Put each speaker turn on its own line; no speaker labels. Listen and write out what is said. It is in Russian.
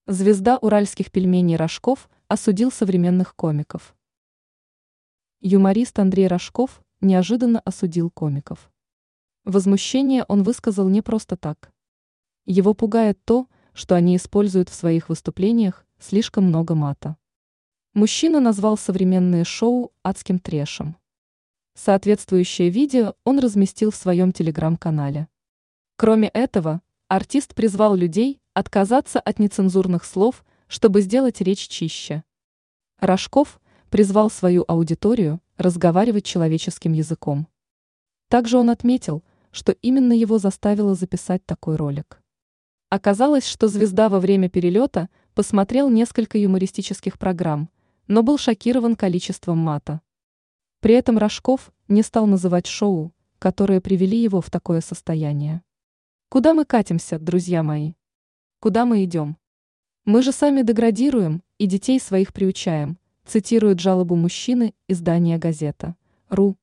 Звезда уральских пельменей Рожков осудил современных комиков. Юморист Андрей Рожков неожиданно осудил комиков. Возмущение он высказал не просто так. Его пугает то, что они используют в своих выступлениях слишком много мата. Мужчина назвал современные шоу адским трэшем. Соответствующее видео он разместил в своем телеграм-канале. Кроме этого, артист призвал людей отказаться от нецензурных слов, чтобы сделать речь чище. Рожков призвал свою аудиторию разговаривать человеческим языком. Также он отметил, что именно его заставило записать такой ролик. Оказалось, что звезда во время перелета посмотрел несколько юмористических программ, но был шокирован количеством мата. При этом Рожков не стал называть шоу, которые привели его в такое состояние. Куда мы катимся, друзья мои? Куда мы идем? Мы же сами деградируем и детей своих приучаем, цитирует жалобу мужчины издание «Газета.ру».